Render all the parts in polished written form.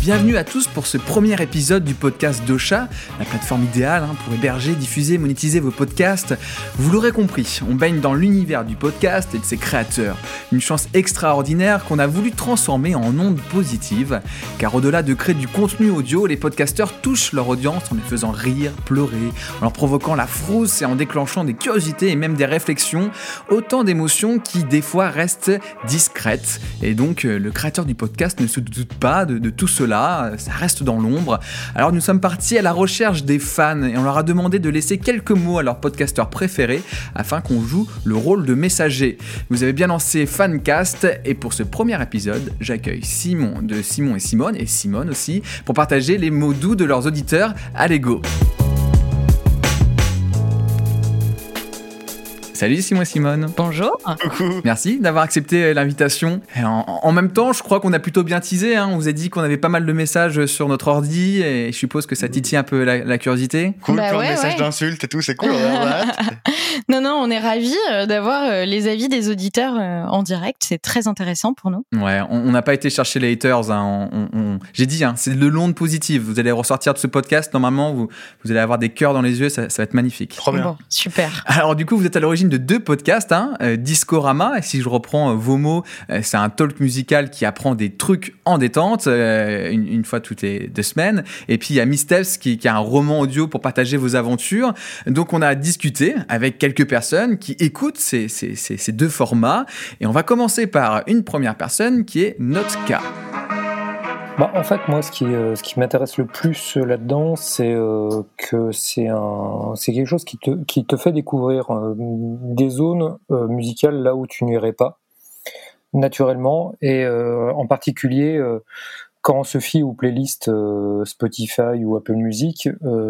Bienvenue à tous pour ce premier épisode du podcast d'Ocha, la plateforme idéale pour héberger, diffuser, monétiser vos podcasts. Vous l'aurez compris, on baigne dans l'univers du podcast et de ses créateurs. Une chance extraordinaire qu'on a voulu transformer en onde positive, car au-delà de créer du contenu audio, les podcasteurs touchent leur audience en les faisant rire, pleurer, en leur provoquant la frousse et en déclenchant des curiosités et même des réflexions, autant d'émotions qui des fois restent discrètes. Et donc le créateur du podcast ne se doute pas de tout cela, ça reste dans l'ombre. Alors nous sommes partis à la recherche des fans et on leur a demandé de laisser quelques mots à leur podcasteur préféré afin qu'on joue le rôle de messager. Vous avez bien lancé Fancast et pour ce premier épisode, j'accueille Simon de Simon et Simone et Simone aussi pour partager les mots doux de leurs auditeurs. Allez go! Salut Simon et Simone. Bonjour. Coucou. Merci d'avoir accepté l'invitation. Et en même temps, je crois qu'on a plutôt bien teasé. On vous a dit qu'on avait pas mal de messages sur notre ordi et je suppose que ça titille un peu la curiosité. Cool, plein de messages d'insultes et tout, c'est cool. Non, on est ravis d'avoir les avis des auditeurs en direct. C'est très intéressant pour nous. Ouais, on n'a pas été chercher les haters. J'ai dit, c'est de l'onde positive. Vous allez ressortir de ce podcast. Normalement, vous allez avoir des cœurs dans les yeux. Ça va être magnifique. Trop bien. Bon, super. Alors du coup, vous êtes à l'origine de 2 podcasts, Discorama, et si je reprends vos mots, c'est un talk musical qui apprend des trucs en détente, une fois toutes les 2 semaines, et puis il y a Misteps qui a un roman audio pour partager vos aventures. Donc on a discuté avec quelques personnes qui écoutent ces 2 formats, et on va commencer par une première personne qui est Notka. En fait, moi, ce qui m'intéresse le plus là-dedans, c'est que c'est quelque chose qui te fait découvrir des zones musicales là où tu n'irais pas naturellement, et en particulier quand on se fie aux playlists Spotify ou Apple Music,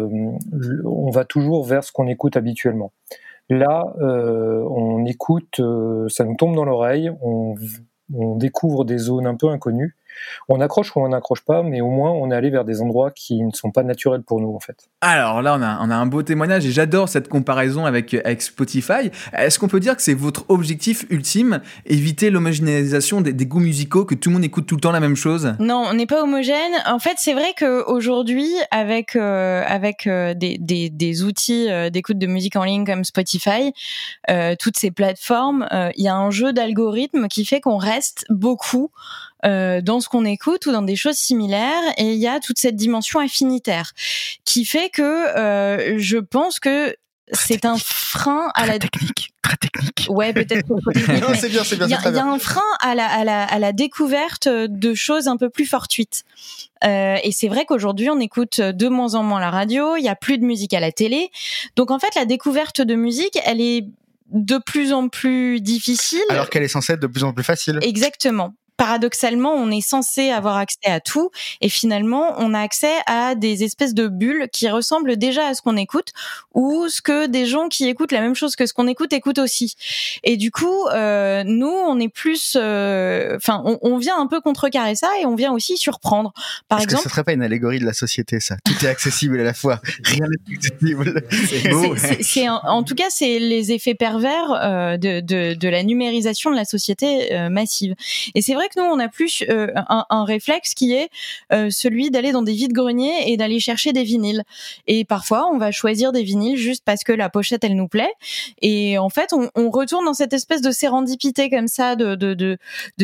on va toujours vers ce qu'on écoute habituellement. Là, on écoute, ça nous tombe dans l'oreille, on découvre des zones un peu inconnues. On accroche ou on n'accroche pas, mais au moins on est allé vers des endroits qui ne sont pas naturels pour nous en fait. Alors là, on a un beau témoignage et j'adore cette comparaison avec Spotify. Est-ce qu'on peut dire que c'est votre objectif ultime, éviter l'homogénéisation des goûts musicaux, que tout le monde écoute tout le temps la même chose ? Non, on n'est pas homogène. En fait, c'est vrai qu'aujourd'hui, avec des outils d'écoute de musique en ligne comme Spotify, toutes ces plateformes, il y a un jeu d'algorithmes qui fait qu'on reste beaucoup dans ce qu'on écoute ou dans des choses similaires, et il y a toute cette dimension affinitaire qui fait que je pense que c'est un frein à la technique. Très technique. Ouais, peut-être trop technique. Non, c'est bien. Il y a un frein à la découverte de choses un peu plus fortuites. Et c'est vrai qu'aujourd'hui, on écoute de moins en moins la radio, il y a plus de musique à la télé. Donc en fait, la découverte de musique, elle est de plus en plus difficile. Alors qu'elle est censée être de plus en plus facile. Exactement. Paradoxalement, on est censé avoir accès à tout, et finalement, on a accès à des espèces de bulles qui ressemblent déjà à ce qu'on écoute, ou ce que des gens qui écoutent la même chose que ce qu'on écoutent aussi. Et du coup, nous, on est plus, on vient un peu contrecarrer ça, et on vient aussi surprendre. Par exemple, que ce serait pas une allégorie de la société, ça ? Tout est accessible à la fois, rien n'est accessible. C'est beau. En tout cas, c'est les effets pervers de la numérisation de la société massive. Et c'est vrai que nous, on a plus un réflexe qui est celui d'aller dans des vides-greniers et d'aller chercher des vinyles. Et parfois, on va choisir des vinyles juste parce que la pochette, elle nous plaît. Et en fait, on retourne dans cette espèce de sérendipité comme ça, de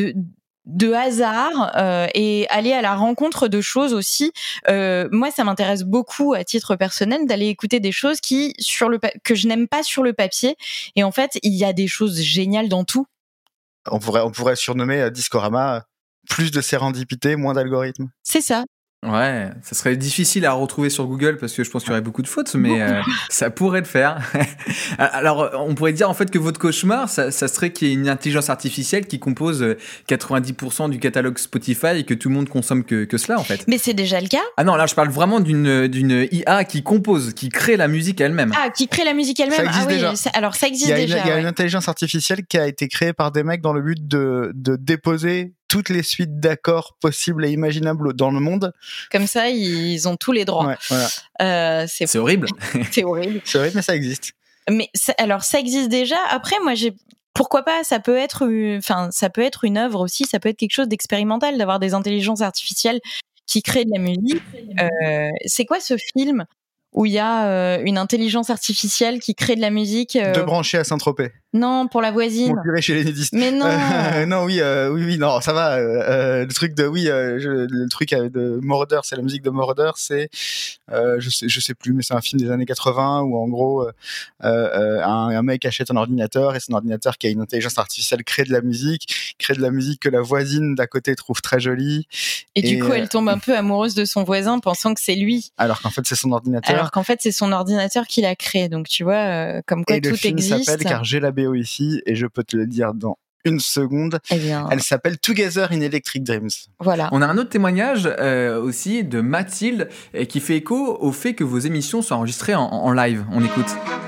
hasard, et aller à la rencontre de choses aussi. Moi, ça m'intéresse beaucoup à titre personnel d'aller écouter des choses que je n'aime pas sur le papier. Et en fait, il y a des choses géniales dans tout. On pourrait surnommer Discorama plus de sérendipité, moins d'algorithmes. C'est ça. Ouais, ça serait difficile à retrouver sur Google parce que je pense qu'il y aurait beaucoup de fautes, mais ça pourrait le faire. Alors, on pourrait dire en fait que votre cauchemar, ça serait qu'il y ait une intelligence artificielle qui compose 90% du catalogue Spotify et que tout le monde consomme que cela en fait. Mais c'est déjà le cas. Ah non, là je parle vraiment d'une IA qui compose, qui crée la musique elle-même. Ah, qui crée la musique elle-même. Ça existe déjà. Alors ça existe déjà. Il y a une intelligence artificielle qui a été créée par des mecs dans le but de déposer toutes les suites d'accords possibles et imaginables dans le monde. Comme ça, ils ont tous les droits. Ouais, voilà. C'est horrible. C'est horrible. C'est horrible, mais ça existe. Mais alors, ça existe déjà. Après, moi, pourquoi pas, ça peut être une œuvre aussi, ça peut être quelque chose d'expérimental, d'avoir des intelligences artificielles qui crée de la musique. C'est quoi ce film où il y a une intelligence artificielle qui crée de la musique De brancher à Saint-Tropez. Non, pour la voisine. Mon curé chez les nudistes. Mais non. Non, oui, non, ça va. Le truc de, le truc de Moroder, c'est la musique de Moroder, c'est, je sais plus, mais c'est un film des années 80 où en gros, un mec achète un ordinateur et son ordinateur qui a une intelligence artificielle crée de la musique que la voisine d'à côté trouve très jolie. Et du coup, elle tombe un peu amoureuse de son voisin, pensant que c'est lui. Alors qu'en fait, c'est son ordinateur. Alors qu'en fait, c'est son ordinateur qui l'a créé. Donc, tu vois, comme quoi et tout existe. Et le film s'appelle, car j'ai la BO ici, et je peux te le dire dans une seconde. Eh bien, elle s'appelle Together in Electric Dreams. Voilà. On a un autre témoignage aussi de Mathilde qui fait écho au fait que vos émissions soient enregistrées en live. On écoute.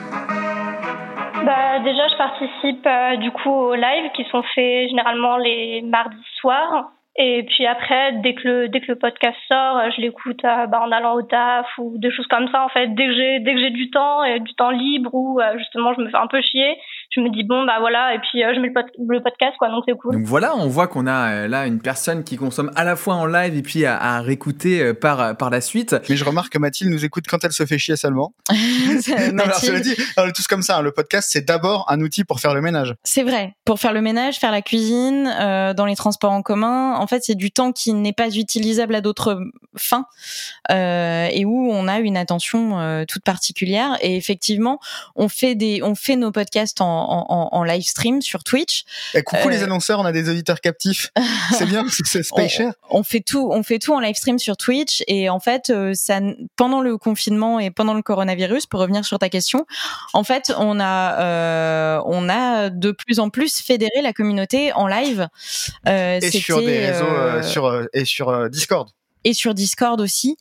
Déjà, je participe du coup aux lives qui sont faits généralement les mardis soirs. Et puis après, dès que le podcast sort, je l'écoute en allant au taf ou des choses comme ça. En fait, dès que j'ai du temps et du temps libre ou justement je me fais un peu chier, je me dis voilà, et puis je mets le podcast, quoi. Donc c'est cool. Donc voilà, on voit qu'on a là une personne qui consomme à la fois en live et puis à réécouter par la suite. Mais je remarque que Mathilde nous écoute quand elle se fait chier seulement. Non, alors, je le dis, on est tous comme ça. Le podcast, c'est d'abord un outil pour faire le ménage. C'est vrai. Pour faire le ménage, faire la cuisine, dans les transports en commun. En fait, c'est du temps qui n'est pas utilisable à d'autres fins et où on a une attention toute particulière. Et effectivement, on fait nos podcasts en live stream sur Twitch. Et coucou les annonceurs, on a des auditeurs captifs. C'est bien, c'est pas cher. On fait tout en live stream sur Twitch. Et en fait, pendant le confinement et pendant le coronavirus, pour revenir sur ta question, en fait, on a de plus en plus fédéré la communauté en live. Et sur des réseaux, sur Discord. Et sur Discord aussi,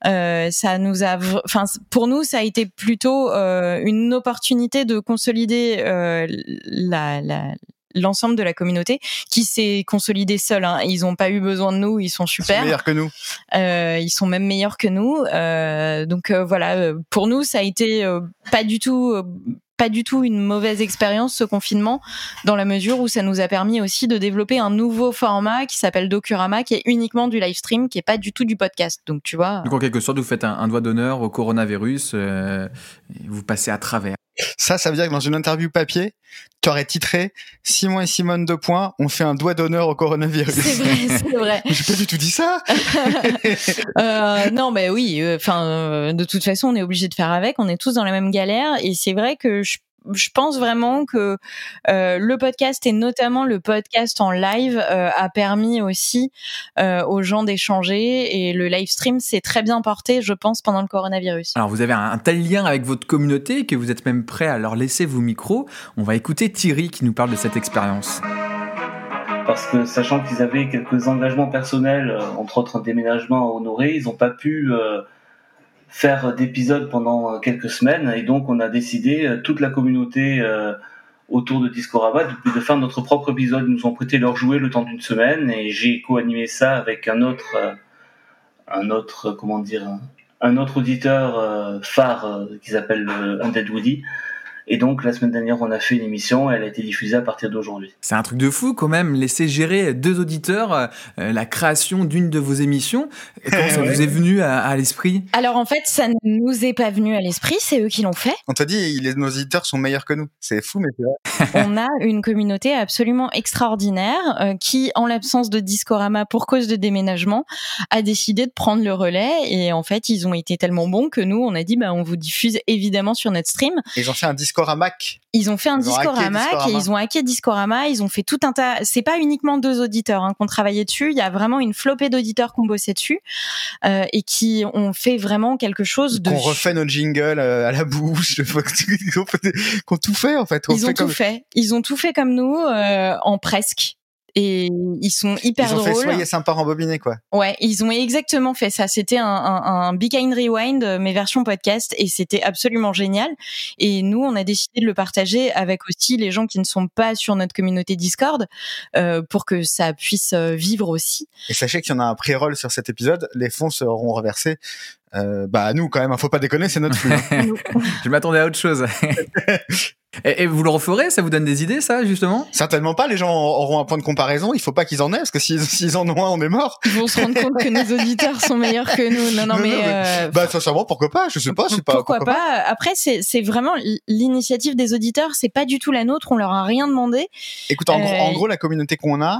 pour nous, ça a été plutôt une opportunité de consolider l'ensemble de la communauté qui s'est consolidée seule. Hein. Ils n'ont pas eu besoin de nous, ils sont super. Ils sont meilleurs que nous. Ils sont même meilleurs que nous. Donc voilà, pour nous, ça a été pas du tout une mauvaise expérience ce confinement, dans la mesure où ça nous a permis aussi de développer un nouveau format qui s'appelle Docurama, qui est uniquement du live stream, qui est pas du tout du podcast. Donc tu vois. Donc en quelque sorte, vous faites un doigt d'honneur au coronavirus, et vous passez à travers. Ça veut dire que dans une interview papier, tu aurais titré Simon et Simone : on fait un doigt d'honneur au coronavirus. C'est vrai. J'ai pas du tout dit ça. Non, mais oui. De toute façon, on est obligé de faire avec. On est tous dans la même galère, et c'est vrai que je pense vraiment que le podcast et notamment le podcast en live a permis aussi aux gens d'échanger, et le live stream s'est très bien porté, je pense, pendant le coronavirus. Alors vous avez un tel lien avec votre communauté que vous êtes même prêt à leur laisser vos micros. On va écouter Thierry qui nous parle de cette expérience. Parce que sachant qu'ils avaient quelques engagements personnels, entre autres un déménagement à honorer, ils n'ont pas pu faire d'épisodes pendant quelques semaines, et donc on a décidé, toute la communauté autour de Discorama, de faire notre propre épisode. Ils nous ont prêté leur jouet le temps d'une semaine, et j'ai co-animé ça avec un autre auditeur phare qui s'appelle Undead Woody. Et donc, la semaine dernière, on a fait une émission et elle a été diffusée à partir d'aujourd'hui. C'est un truc de fou quand même, laisser gérer 2 auditeurs la création d'une de vos émissions. Comment ça vous est venu à l'esprit ? Alors en fait, ça ne nous est pas venu à l'esprit, c'est eux qui l'ont fait. On t'a dit, nos auditeurs sont meilleurs que nous. C'est fou, mais c'est vrai. On a une communauté absolument extraordinaire qui, en l'absence de Discorama pour cause de déménagement, a décidé de prendre le relais. Et en fait, ils ont été tellement bons que nous, on a dit, on vous diffuse évidemment sur notre stream. Ils ont fait un Discoramac. Ils ont fait un Discoramac et ils ont hacké Discorama. Ils ont fait tout un tas. C'est pas uniquement 2 auditeurs qui ont travaillé dessus. Il y a vraiment une flopée d'auditeurs qui ont bossé dessus et qui ont fait vraiment quelque chose de. Qu'on refait nos jingles à la bouche, qu'on tout fait en fait. Ils ont tout fait comme nous en presque. Et ils sont hyper drôles. Ils ont fait Soyez sympa rembobiné, quoi. Ouais, ils ont exactement fait ça. C'était un Be Kind Rewind, mais version podcast, et c'était absolument génial. Et nous, on a décidé de le partager avec aussi les gens qui ne sont pas sur notre communauté Discord, pour que ça puisse vivre aussi. Et sachez qu'il y en a un pré-roll sur cet épisode. Les fonds seront reversés Nous quand même, faut pas déconner, c'est notre flux. Hein. Je m'attendais à autre chose. Et vous le referez? Ça vous donne des idées, ça, justement? Certainement pas. Les gens auront un point de comparaison. Il faut pas qu'ils en aient, parce que s'ils en ont un, on est mort. Ils vont se rendre compte que nos auditeurs sont meilleurs que nous. Non, mais sincèrement, pourquoi pas? Je sais pas. C'est pas pourquoi pas. Après, c'est vraiment l'initiative des auditeurs. C'est pas du tout la nôtre. On leur a rien demandé. Écoute, en gros, la communauté qu'on a,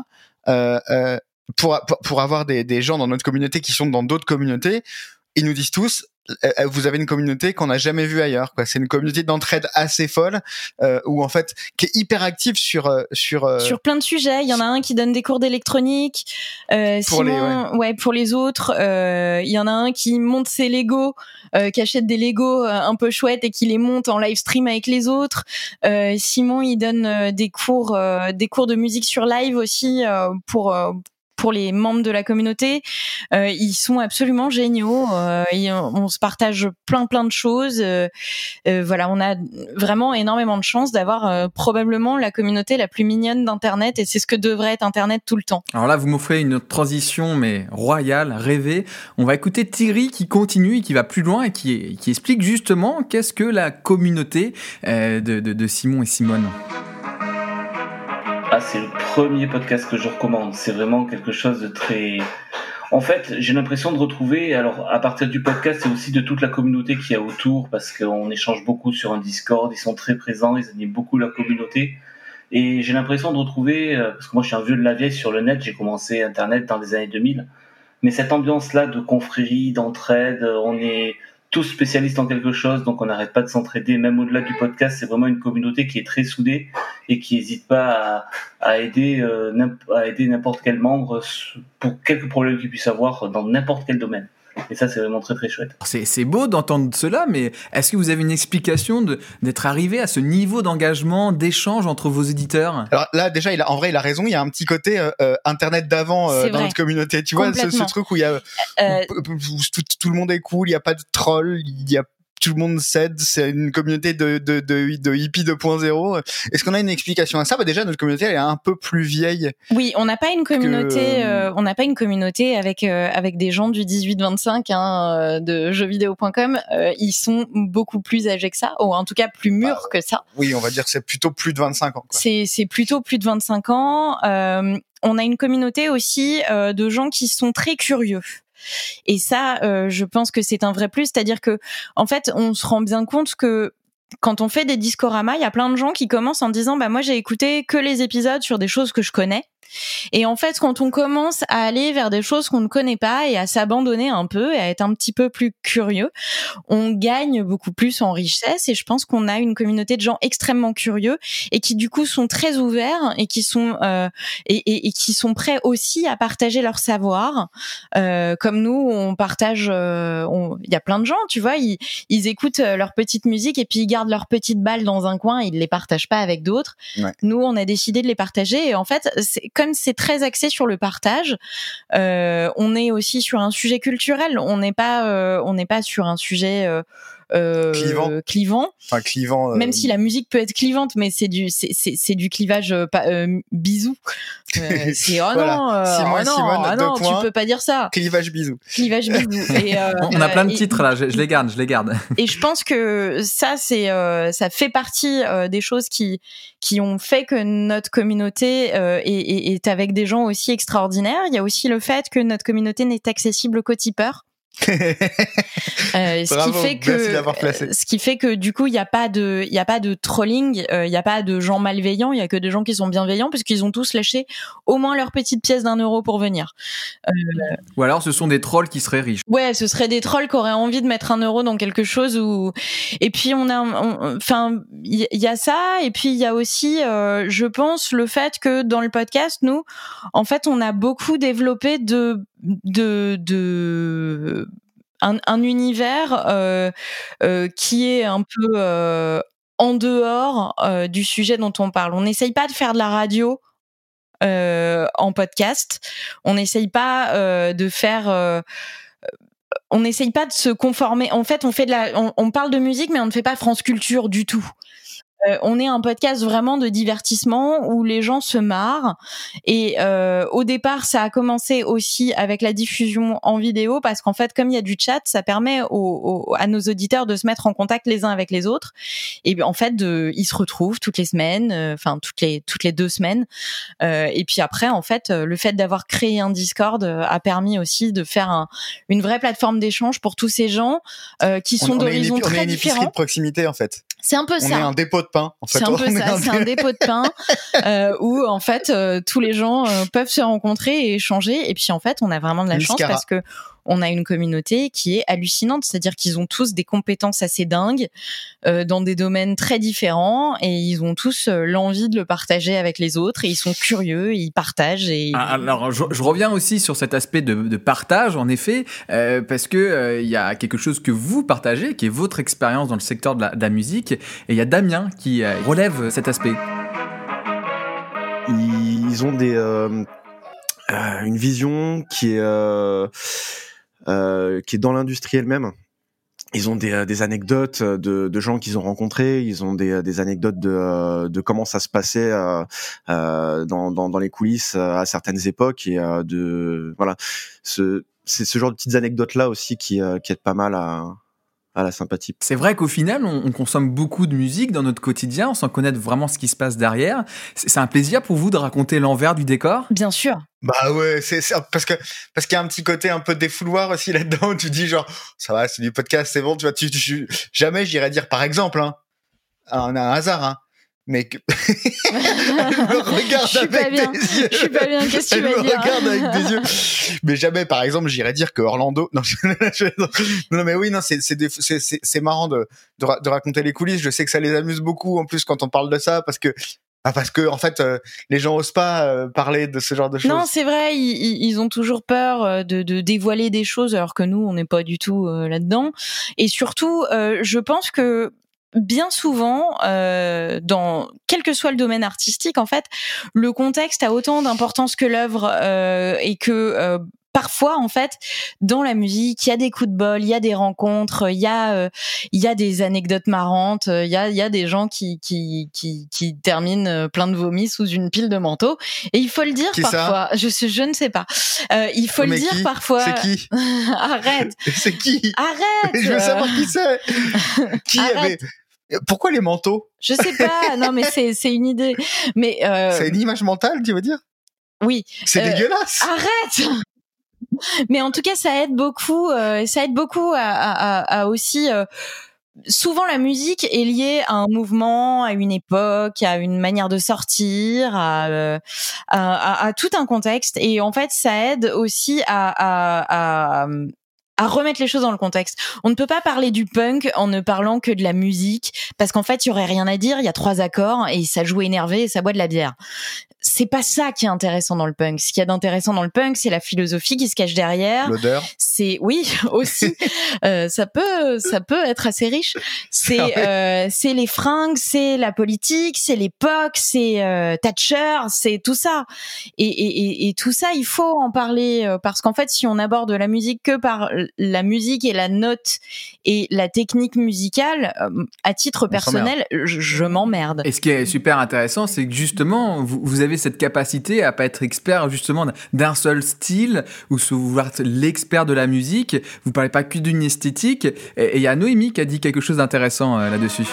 pour avoir des gens dans notre communauté qui sont dans d'autres communautés, ils nous disent tous, vous avez une communauté qu'on n'a jamais vue ailleurs, quoi. C'est une communauté d'entraide assez folle, où en fait, qui est hyper active sur plein de sujets. Il y en a un qui donne des cours d'électronique, pour les autres. Il y en a un qui monte ses Lego, qui achète des Lego un peu chouettes et qui les monte en live stream avec les autres. Simon, il donne des cours de musique sur live aussi, pour les membres de la communauté. Ils sont absolument géniaux. On se partage plein de choses. Voilà, on a vraiment énormément de chance d'avoir probablement la communauté la plus mignonne d'Internet, et c'est ce que devrait être Internet tout le temps. Alors là, vous m'offrez une transition, mais royale, rêvée. On va écouter Thierry qui continue et qui va plus loin et qui explique justement qu'est-ce que la communauté de Simon et Simone. C'est le premier podcast que je recommande. C'est vraiment quelque chose de très... En fait, j'ai l'impression de retrouver, alors à partir du podcast et aussi de toute la communauté qu'il y a autour, parce qu'on échange beaucoup sur un Discord, ils sont très présents, ils animent beaucoup la communauté. Et j'ai l'impression de retrouver, parce que moi je suis un vieux de la vieille sur le net, j'ai commencé Internet dans les années 2000, mais cette ambiance-là de confrérie, d'entraide, on est tous spécialistes en quelque chose, donc on n'arrête pas de s'entraider, même au-delà du podcast. C'est vraiment une communauté qui est très soudée et qui n'hésite pas à aider n'importe quel membre pour quelques problèmes qu'il puisse avoir dans n'importe quel domaine. Et ça, c'est vraiment très très chouette. C'est beau d'entendre cela, mais est-ce que vous avez une explication d'être arrivé à ce niveau d'engagement, d'échange entre vos éditeurs? Alors là, déjà, il a raison. Il y a un petit côté Internet d'avant dans notre communauté. Tu vois, ce truc où il y a tout le monde est cool, il y a pas de troll, tout le monde s'aide, c'est une communauté de hippie 2.0. Est-ce qu'on a une explication à ça? Déjà, notre communauté, elle est un peu plus vieille. Oui, on n'a pas une communauté, avec des gens du 18-25 de jeuxvideo.com. Ils sont beaucoup plus âgés que ça, ou en tout cas plus mûrs que ça. Oui, on va dire que c'est plutôt plus de 25 ans. Quoi. C'est plutôt plus de 25 ans. On a une communauté aussi de gens qui sont très curieux. Et ça, je pense que c'est un vrai plus, c'est-à-dire que, en fait, on se rend bien compte que quand on fait des Discorama, il y a plein de gens qui commencent en disant, moi, j'ai écouté que les épisodes sur des choses que je connais. Et en fait, quand on commence à aller vers des choses qu'on ne connaît pas et à s'abandonner un peu et à être un petit peu plus curieux, on gagne beaucoup plus en richesse. Et je pense qu'on a une communauté de gens extrêmement curieux et qui du coup sont très ouverts et qui sont et qui sont prêts aussi à partager leur savoir. Comme nous, on partage. Il y a plein de gens, tu vois, ils écoutent leur petite musique et puis ils gardent leur petite balle dans un coin. Ils les partagent pas avec d'autres. Ouais. Nous, on a décidé de les partager et en fait, comme c'est très axé sur le partage, on est aussi sur un sujet culturel. On n'est pas sur un sujet clivant. Enfin, clivant. Même si la musique peut être clivante, mais c'est du clivage bisou. C'est Simone, non, tu peux pas dire ça. Clivage bisou. Clivage bisou. Et, on a plein de titres là, je les garde. Et je pense que ça fait partie des choses qui ont fait que notre communauté est avec des gens aussi extraordinaires. Il y a aussi le fait que notre communauté n'est accessible qu'aux tipeurs. Ce qui fait que du coup il y a pas de trolling, il y a pas de gens malveillants, il y a que des gens qui sont bienveillants puisqu'ils ont tous lâché au moins leur petite pièce d'1 € pour venir. Ou alors ce sont des trolls qui seraient riches. Ouais, ce seraient des trolls qui auraient envie de mettre 1 € dans quelque chose et puis il y a ça et puis il y a aussi je pense le fait que dans le podcast nous en fait on a beaucoup développé un univers qui est un peu en dehors du sujet dont on parle. On n'essaye pas de faire de la radio en podcast. On n'essaye pas de faire... on n'essaye pas de se conformer. En fait, on parle de musique, mais on ne fait pas France Culture du tout. on est un podcast vraiment de divertissement où les gens se marrent. Et au départ, ça a commencé aussi avec la diffusion en vidéo parce qu'en fait, comme il y a du chat, ça permet à nos auditeurs de se mettre en contact les uns avec les autres. Et en fait, ils se retrouvent toutes les semaines, enfin toutes les 2 semaines. Et puis après, en fait, le fait d'avoir créé un Discord a permis aussi de faire une vraie plateforme d'échange pour tous ces gens qui sont d'horizons très différents. On est une épicerie de proximité, en fait. C'est un peu ça. On est un dépôt de pain, en fait. C'est un peu ça. C'est un dépôt de pain où, en fait, tous les gens peuvent se rencontrer et échanger. Et puis, en fait, on a vraiment de la chance parce que on a une communauté qui est hallucinante. C'est-à-dire qu'ils ont tous des compétences assez dingues dans des domaines très différents et ils ont tous l'envie de le partager avec les autres et ils sont curieux, ils partagent. Alors, je reviens aussi sur cet aspect de partage, en effet, parce que il y a quelque chose que vous partagez, qui est votre expérience dans le secteur de la musique. Et il y a Damien qui relève cet aspect. Ils ont une vision qui est dans l'industrie elle-même. Ils ont des anecdotes de gens qu'ils ont rencontrés. Ils ont des anecdotes de comment ça se passait dans les coulisses à certaines époques et voilà. C'est ce genre de petites anecdotes là aussi qui aident pas mal à la sympathie. C'est vrai qu'au final, on consomme beaucoup de musique dans notre quotidien sans connaître vraiment ce qui se passe derrière. C'est un plaisir pour vous de raconter l'envers du décor ? Bien sûr. Bah ouais, c'est parce qu'il y a un petit côté un peu défouloir aussi là-dedans où tu dis genre ça va, c'est du podcast, c'est bon, tu vois, jamais j'irais dire par exemple un hasard mais que elle me regarde avec des yeux. Je suis pas bien, qu'est-ce que tu vas dire ? Elle me regarde avec des yeux. Mais jamais par exemple, j'irais dire que Orlando non mais oui, non, c'est marrant de raconter les coulisses, je sais que ça les amuse beaucoup en plus quand on parle de ça parce que en fait les gens osent pas parler de ce genre de choses. Non, c'est vrai, ils ont toujours peur de dévoiler des choses alors que nous on n'est pas du tout là-dedans. Et surtout, je pense que bien souvent, dans quel que soit le domaine artistique, en fait, le contexte a autant d'importance que l'œuvre et que parfois, en fait, dans la musique, il y a des coups de bol, il y a des rencontres, il y a des anecdotes marrantes, il y a des gens qui terminent plein de vomi sous une pile de manteaux. Et il faut le dire parfois. Je ne sais pas. Il faut le dire parfois. C'est qui ? Arrête. C'est qui ? Arrête. Je veux savoir qui c'est. Qui avait... Pourquoi les manteaux ? Je sais pas. Non, mais c'est une idée. Mais c'est une image mentale, tu veux dire ? Oui. C'est dégueulasse. Arrête. Mais en tout cas, ça aide beaucoup. Ça aide beaucoup à aussi. Souvent, la musique est liée à un mouvement, à une époque, à une manière de sortir, à tout un contexte. Et en fait, ça aide aussi à remettre les choses dans le contexte. On ne peut pas parler du punk en ne parlant que de la musique, parce qu'en fait, il y aurait rien à dire, il y a 3 accords, et ça joue énervé, et ça boit de la bière. C'est pas ça qui est intéressant dans le punk. Ce qui est d'intéressant dans le punk, c'est la philosophie qui se cache derrière. L'odeur. Oui, aussi. Ça peut être assez riche. C'est les fringues, c'est la politique, c'est l'époque, c'est Thatcher, c'est tout ça. Et tout ça, il faut en parler parce qu'en fait, si on aborde la musique que par la musique et la note et la technique musicale, à titre personnel, je m'emmerde. Et ce qui est super intéressant, c'est que justement, vous avez cette capacité à pas être expert justement d'un seul style ou vouloir être l'expert de la musique. Vous parlez pas que d'une esthétique. Et il y a Noémie qui a dit quelque chose d'intéressant là-dessus.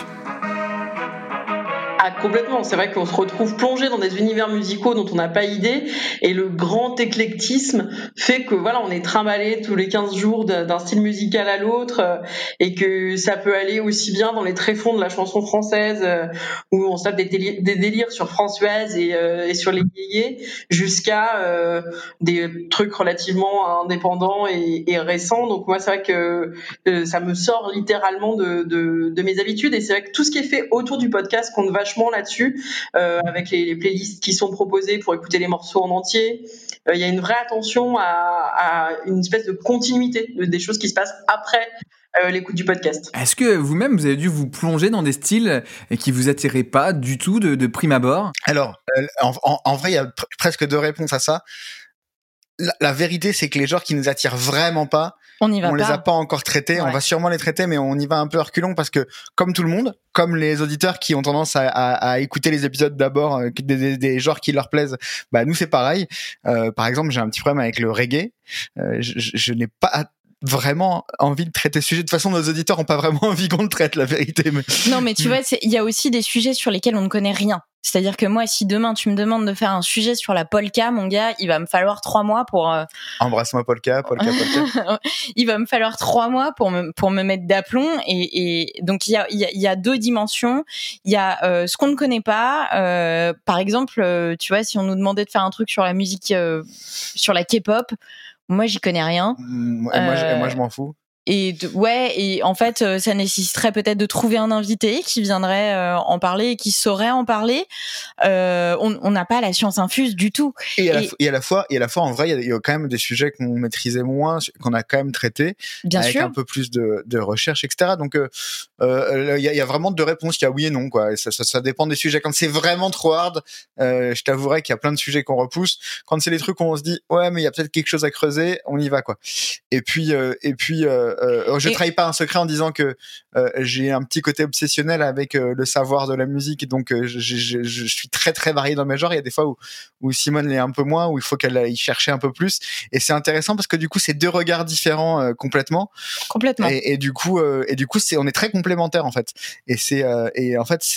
Ah, complètement. C'est vrai qu'on se retrouve plongé dans des univers musicaux dont on n'a pas idée, et le grand éclectisme fait que voilà, on est trimballé tous les 15 jours d'un style musical à l'autre, et que ça peut aller aussi bien dans les tréfonds de la chanson française où on se tape des délires sur Françoise et sur les yéyés, jusqu'à des trucs relativement indépendants et récents. Donc moi, c'est vrai que ça me sort littéralement de mes habitudes, et c'est vrai que tout ce qui est fait autour du podcast compte vachement là-dessus, avec les playlists qui sont proposées pour écouter les morceaux en entier. Il y a une vraie attention à une espèce de continuité des choses qui se passent après l'écoute du podcast. Est-ce que vous-même, vous avez dû vous plonger dans des styles qui vous attiraient pas du tout de prime abord ? Alors, en vrai, il y a presque 2 réponses à ça. La vérité, c'est que les genres qui nous attirent vraiment pas, on les a pas encore traités. On va sûrement les traiter, mais on y va un peu reculons parce que, comme tout le monde, comme les auditeurs qui ont tendance à écouter les épisodes d'abord des genres qui leur plaisent, bah nous c'est pareil. Par exemple, j'ai un petit problème avec le reggae. Je n'ai pas vraiment envie de traiter ce sujet. De toute façon, nos auditeurs ont pas vraiment envie qu'on le traite, la vérité. Mais... Non, mais tu vois, il y a aussi des sujets sur lesquels on ne connaît rien. C'est-à-dire que moi, si demain tu me demandes de faire un sujet sur la polka, mon gars, il va me falloir 3 mois pour... Embrasse-moi polka. Il va me falloir 3 mois pour me mettre d'aplomb. Et donc, il y a 2 dimensions. Il y a ce qu'on ne connaît pas. Par exemple, tu vois, si on nous demandait de faire un truc sur la musique, sur la K-pop, moi, j'y connais rien. Moi, je m'en fous. Et en fait, ça nécessiterait peut-être de trouver un invité qui viendrait en parler et qui saurait en parler. On n'a pas la science infuse du tout. Et à la fois, en vrai, il y a quand même des sujets qu'on maîtrisait moins, qu'on a quand même traités, avec un peu plus de recherche, etc. Donc, il y a vraiment 2 réponses. Il y a oui et non, quoi. Et ça dépend des sujets. Quand c'est vraiment trop hard, je t'avouerai qu'il y a plein de sujets qu'on repousse. Quand c'est les trucs où on se dit, ouais, mais il y a peut-être quelque chose à creuser, on y va, quoi. Et puis, je trahis pas un secret en disant que j'ai un petit côté obsessionnel avec le savoir de la musique, et donc je suis très très varié dans mes genres. Il y a des fois où Simone l'est un peu moins, où il faut qu'elle aille chercher un peu plus, et c'est intéressant parce que du coup c'est 2 regards différents complètement. Et du coup on est très complémentaires en fait, et en fait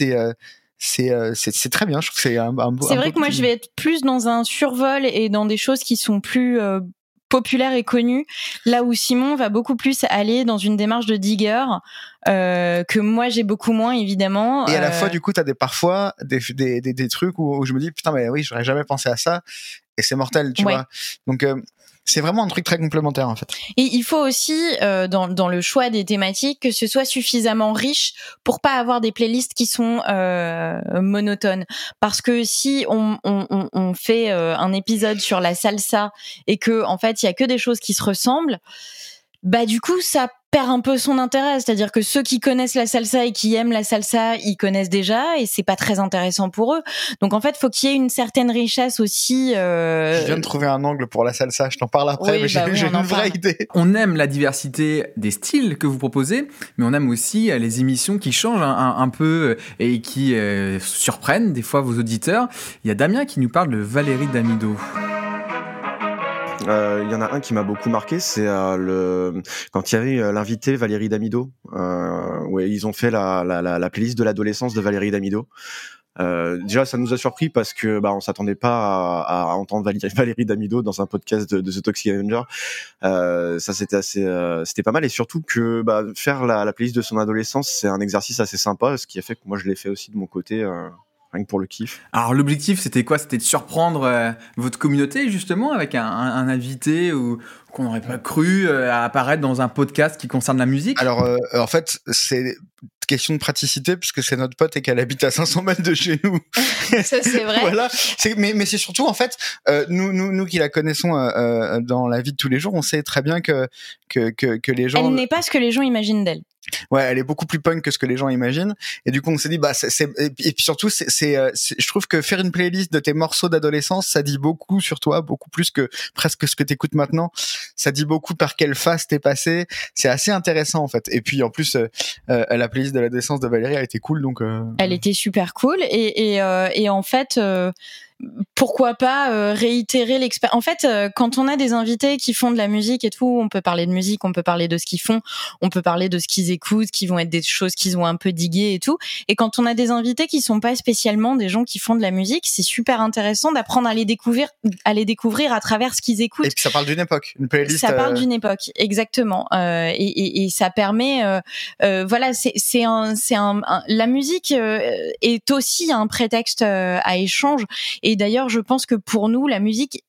c'est très bien. Je trouve que c'est un beau. C'est vrai que moi je vais être plus dans un survol et dans des choses qui sont plus populaire et connu, là où Simon va beaucoup plus aller dans une démarche de digger que moi j'ai beaucoup moins, évidemment. Et à la fois, du coup, t'as parfois des trucs où je me dis putain, mais oui, j'aurais jamais pensé à ça, et c'est mortel, tu vois. Donc c'est vraiment un truc très complémentaire en fait. Et il faut aussi dans le choix des thématiques que ce soit suffisamment riche pour pas avoir des playlists qui sont monotones. Parce que si on fait un épisode sur la salsa et que en fait il y a que des choses qui se ressemblent, bah du coup ça perd un peu son intérêt. C'est-à-dire que ceux qui connaissent la salsa et qui aiment la salsa, ils connaissent déjà, et c'est pas très intéressant pour eux. Donc en fait, faut qu'il y ait une certaine richesse aussi. Je viens de trouver un angle pour la salsa, je t'en parle après, mais j'ai une vraie idée. On aime la diversité des styles que vous proposez, mais on aime aussi les émissions qui changent un peu et qui surprennent des fois vos auditeurs. Il y a Damien qui nous parle de Valérie Damido. Il y en a un qui m'a beaucoup marqué, c'est quand il y avait l'invité Valérie Damido, où ils ont fait la playlist de l'adolescence de Valérie Damido. Déjà, ça nous a surpris parce que on s'attendait pas à entendre Valérie Damido dans un podcast de The Toxic Avenger. Ça c'était pas mal, et surtout que faire la playlist de son adolescence, c'est un exercice assez sympa, ce qui a fait que moi je l'ai fait aussi de mon côté. Rien que pour le kiff. Alors l'objectif c'était quoi ? C'était de surprendre votre communauté justement avec un invité qu'on n'aurait pas cru apparaître dans un podcast qui concerne la musique. Alors en fait c'est question de praticité puisque c'est notre pote et qu'elle habite à 500 mètres de chez nous. Ça c'est vrai. Voilà. Mais c'est surtout en fait nous qui la connaissons dans la vie de tous les jours, on sait très bien que les gens. Elle n'est pas ce que les gens imaginent d'elle. Ouais, elle est beaucoup plus punk que ce que les gens imaginent, et du coup on s'est dit et puis surtout je trouve que faire une playlist de tes morceaux d'adolescence, ça dit beaucoup sur toi, beaucoup plus que presque ce que t'écoutes maintenant. Ça dit beaucoup par quelle phase t'es passé. C'est assez intéressant en fait. Et puis en plus la playlist de l'adolescence de Valérie, elle était cool, donc elle était super cool, et en fait pourquoi pas réitérer l'expérience. En fait, quand on a des invités qui font de la musique et tout, on peut parler de musique, on peut parler de ce qu'ils font, on peut parler de ce qu'ils écoutent, qui vont être des choses qu'ils ont un peu diguées et tout. Et quand on a des invités qui sont pas spécialement des gens qui font de la musique, c'est super intéressant d'apprendre à les découvrir à travers ce qu'ils écoutent. Et puis ça parle d'une époque, une playlist. Ça parle d'une époque, exactement. Et ça permet, voilà, la musique est aussi un prétexte à échange. Et d'ailleurs, je pense que pour nous, la musique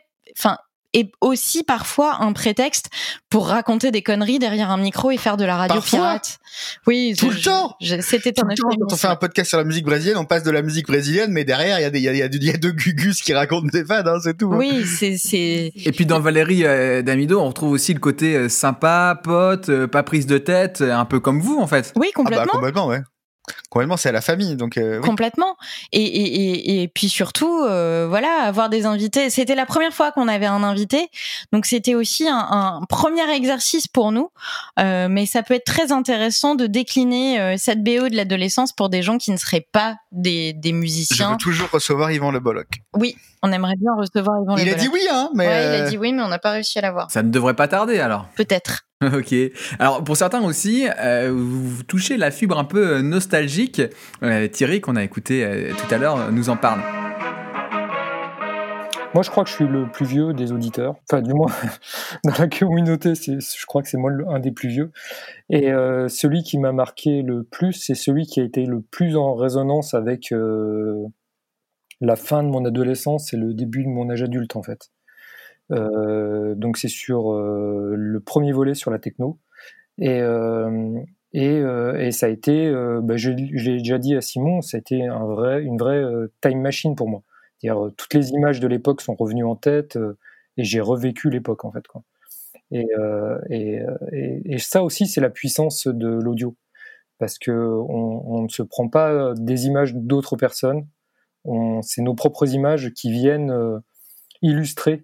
est aussi parfois un prétexte pour raconter des conneries derrière un micro et faire de la radio pirate. Oui, tout le temps. C'était un quand on fait un podcast sur la musique brésilienne, on passe de la musique brésilienne, mais derrière il y a 2 gugus qui racontent des vannes, hein, c'est tout. Oui, c'est. Et puis dans Valérie Damido, on retrouve aussi le côté sympa, pote, pas prise de tête, un peu comme vous en fait. Oui, complètement. Complètement, ouais. Complètement, c'est à la famille, donc oui. Complètement. Et puis surtout, voilà, avoir des invités. C'était la première fois qu'on avait un invité, donc c'était aussi un premier exercice pour nous. Mais ça peut être très intéressant de décliner cette BO de l'adolescence pour des gens qui ne seraient pas des musiciens. Je veux toujours recevoir Yvan Le Bolloc. Oui, on aimerait bien recevoir Yvan Le Bolloc. Il a dit oui, hein, mais ouais, il a dit oui, mais on n'a pas réussi à l'avoir. Ça ne devrait pas tarder alors. Peut-être. Ok. Alors pour certains aussi, vous touchez la fibre un peu nostalgique. Thierry, qu'on a écouté tout à l'heure, nous en parle. Moi, je crois que je suis le plus vieux des auditeurs. Enfin, du moins, dans la communauté, je crois que c'est moi un des plus vieux. Et celui qui m'a marqué le plus, c'est celui qui a été le plus en résonance avec la fin de mon adolescence et le début de mon âge adulte, en fait. Donc c'est sur le premier volet sur la techno et ça a été je l'ai déjà dit à Simon, ça a été une vraie time machine pour moi. C'est-à-dire toutes les images de l'époque sont revenues en tête et j'ai revécu l'époque en fait quoi. Et ça aussi c'est la puissance de l'audio parce que on ne se prend pas des images d'autres personnes, c'est nos propres images qui viennent illustrer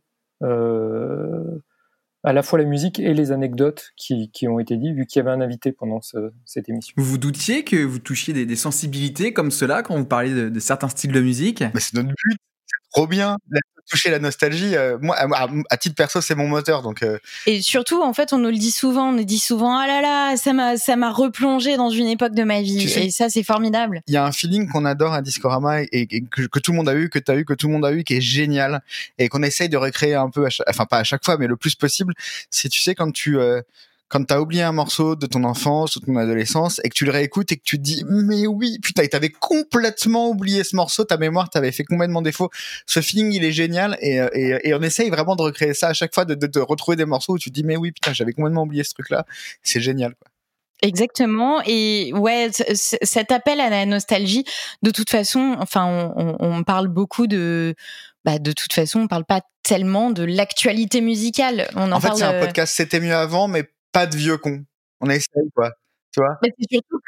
à la fois la musique et les anecdotes qui ont été dites, vu qu'il y avait un invité pendant cette émission. Vous vous doutiez que vous touchiez des sensibilités comme cela quand vous parliez de certains styles de musique ? Mais c'est notre but, c'est trop bien. Toucher la nostalgie, moi, à titre perso, c'est mon moteur, donc. Et surtout, en fait, on nous dit souvent, ah là là, ça m'a replongé dans une époque de ma vie, tu sais, et ça, c'est formidable. Il y a un feeling qu'on adore à Discorama et que tout le monde a eu, que t'as eu, que tout le monde a eu, qui est génial et qu'on essaye de recréer un peu, enfin pas à chaque fois, mais le plus possible. C'est, tu sais, quand t'as oublié un morceau de ton enfance ou de ton adolescence et que tu le réécoutes et que tu te dis mais oui putain, t'avais complètement oublié ce morceau, ta mémoire t'avait fait complètement défaut. Ce feeling il est génial et on essaye vraiment de recréer ça à chaque fois, de retrouver des morceaux où tu te dis mais oui putain, j'avais complètement oublié ce truc là. C'est génial quoi. Exactement, et ouais, cet appel à la nostalgie, de toute façon, enfin, on parle beaucoup de toute façon, on parle pas tellement de l'actualité musicale. En fait, c'est un podcast, c'était mieux avant, mais pas de vieux cons. On essaye, quoi. Tu vois ? Mais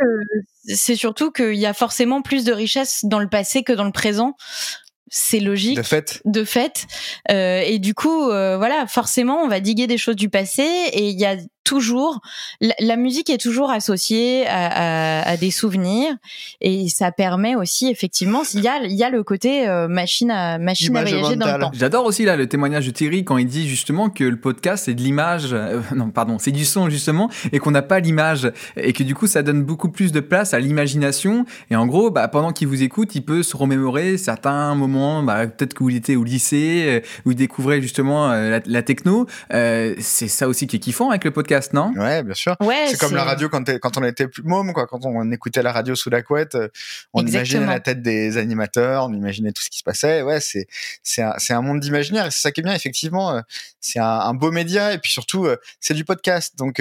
c'est surtout qu'il y a forcément plus de richesse dans le passé que dans le présent. C'est logique. De fait. Et du coup, voilà, forcément, on va diguer des choses du passé et il y a toujours, la musique est toujours associée à des souvenirs et ça permet aussi, effectivement, il y a le côté machine à voyager dans le temps. J'adore aussi là le témoignage de Thierry quand il dit justement que le podcast c'est de l'image, c'est du son justement, et qu'on n'a pas l'image et que du coup ça donne beaucoup plus de place à l'imagination et en gros, pendant qu'il vous écoute, il peut se remémorer certains moments, peut-être que vous étiez au lycée, où il découvrait justement la techno. C'est ça aussi qui est kiffant avec le podcast. Non ? Ouais, bien sûr. Ouais, c'est comme la radio quand on était plus môme, quoi. Quand on écoutait la radio sous la couette, on imaginait la tête des animateurs, on imaginait tout ce qui se passait. Ouais, c'est un monde d'imaginaire et c'est ça qui est bien, effectivement. C'est un beau média et puis surtout, c'est du podcast. Donc,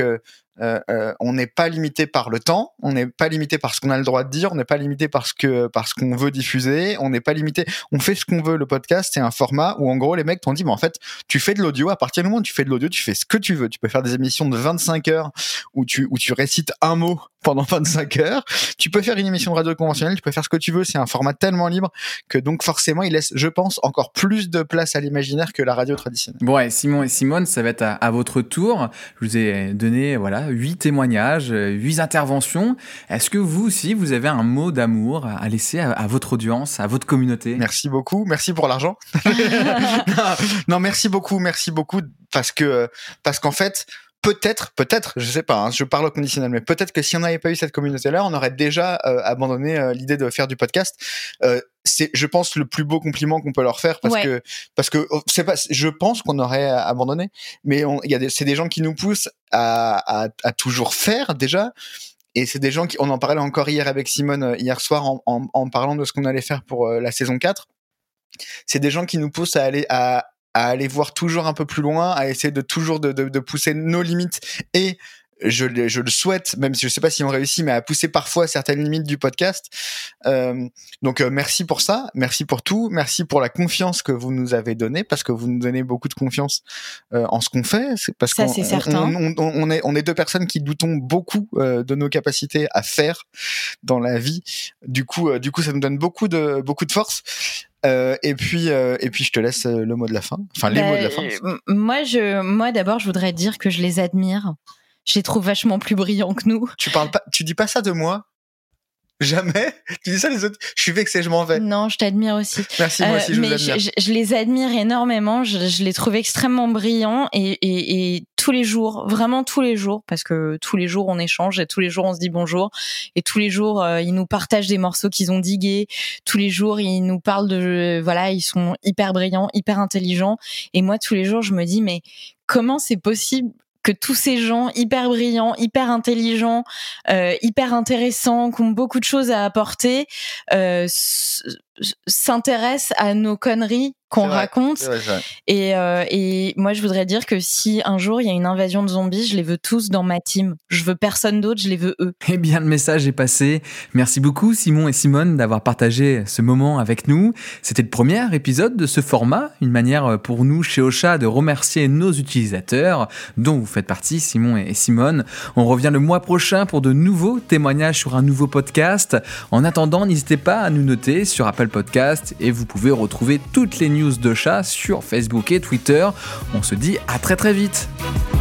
on n'est pas limité par le temps, on n'est pas limité par ce qu'on a le droit de dire, on n'est pas limité par ce qu'on veut diffuser, on n'est pas limité, on fait ce qu'on veut. Le podcast, c'est un format où en gros les mecs t'ont dit mais en fait tu fais de l'audio, à partir du moment où tu fais de l'audio, tu fais ce que tu veux, tu peux faire des émissions de 25 heures où tu récites un mot pendant 25 heures, tu peux faire une émission de radio conventionnelle, tu peux faire ce que tu veux, c'est un format tellement libre que donc forcément il laisse, je pense, encore plus de place à l'imaginaire que la radio traditionnelle. Bon, et Simon et Simone, ça va être à votre tour. Je vous ai donné 8 témoignages, 8 interventions. Est-ce que vous aussi, vous avez un mot d'amour à laisser à votre audience, à votre communauté ? Merci beaucoup, merci pour l'argent. non, merci beaucoup parce qu'en fait, peut-être, je sais pas, je parle au conditionnel, mais peut-être que si on n'avait pas eu cette communauté-là, on aurait déjà abandonné l'idée de faire du podcast. C'est, je pense, le plus beau compliment qu'on peut leur faire parce que c'est pas, je pense qu'on aurait abandonné, mais c'est des gens qui nous poussent à toujours faire déjà. Et c'est des gens on en parlait encore hier avec Simone, hier soir, en parlant de ce qu'on allait faire pour la saison 4. C'est des gens qui nous poussent à aller voir toujours un peu plus loin, à essayer de toujours de pousser nos limites et je le souhaite, même si je sais pas si on réussit, mais à pousser parfois certaines limites du podcast. Donc merci pour ça, merci pour tout, merci pour la confiance que vous nous avez donnée, parce que vous nous donnez beaucoup de confiance en ce qu'on fait. C'est parce ça, c'est certain. On est deux personnes qui doutons beaucoup de nos capacités à faire dans la vie. Du coup, ça nous donne beaucoup de force. Et puis je te laisse le mot de la fin. Enfin, les mots de la fin. Moi d'abord, je voudrais dire que je les admire. Je les trouve vachement plus brillants que nous. Tu dis pas ça de moi? Jamais. Tu dis ça les autres. Je suis vexé, je m'en vais. Non, je t'admire aussi. Merci, moi aussi, je vous admire. Je les admire énormément. Je les trouve extrêmement brillants et tous les jours, vraiment tous les jours, parce que tous les jours on échange et tous les jours on se dit bonjour et tous les jours ils nous partagent des morceaux qu'ils ont digués. Tous les jours ils nous parlent ils sont hyper brillants, hyper intelligents. Et moi tous les jours je me dis mais comment c'est possible que tous ces gens hyper brillants, hyper intelligents, hyper intéressants, qui ont beaucoup de choses à apporter, s'intéressent à nos conneries qu'on raconte. C'est vrai. Et moi, je voudrais dire que si un jour il y a une invasion de zombies, je les veux tous dans ma team. Je veux personne d'autre, je les veux eux. Eh bien, le message est passé. Merci beaucoup, Simon et Simone, d'avoir partagé ce moment avec nous. C'était le premier épisode de ce format, une manière pour nous, chez Ocha, de remercier nos utilisateurs, dont vous faites partie, Simon et Simone. On revient le mois prochain pour de nouveaux témoignages sur un nouveau podcast. En attendant, n'hésitez pas à nous noter sur Apple Podcast et vous pouvez retrouver toutes les news d'Ocha sur Facebook et Twitter. On se dit à très très vite.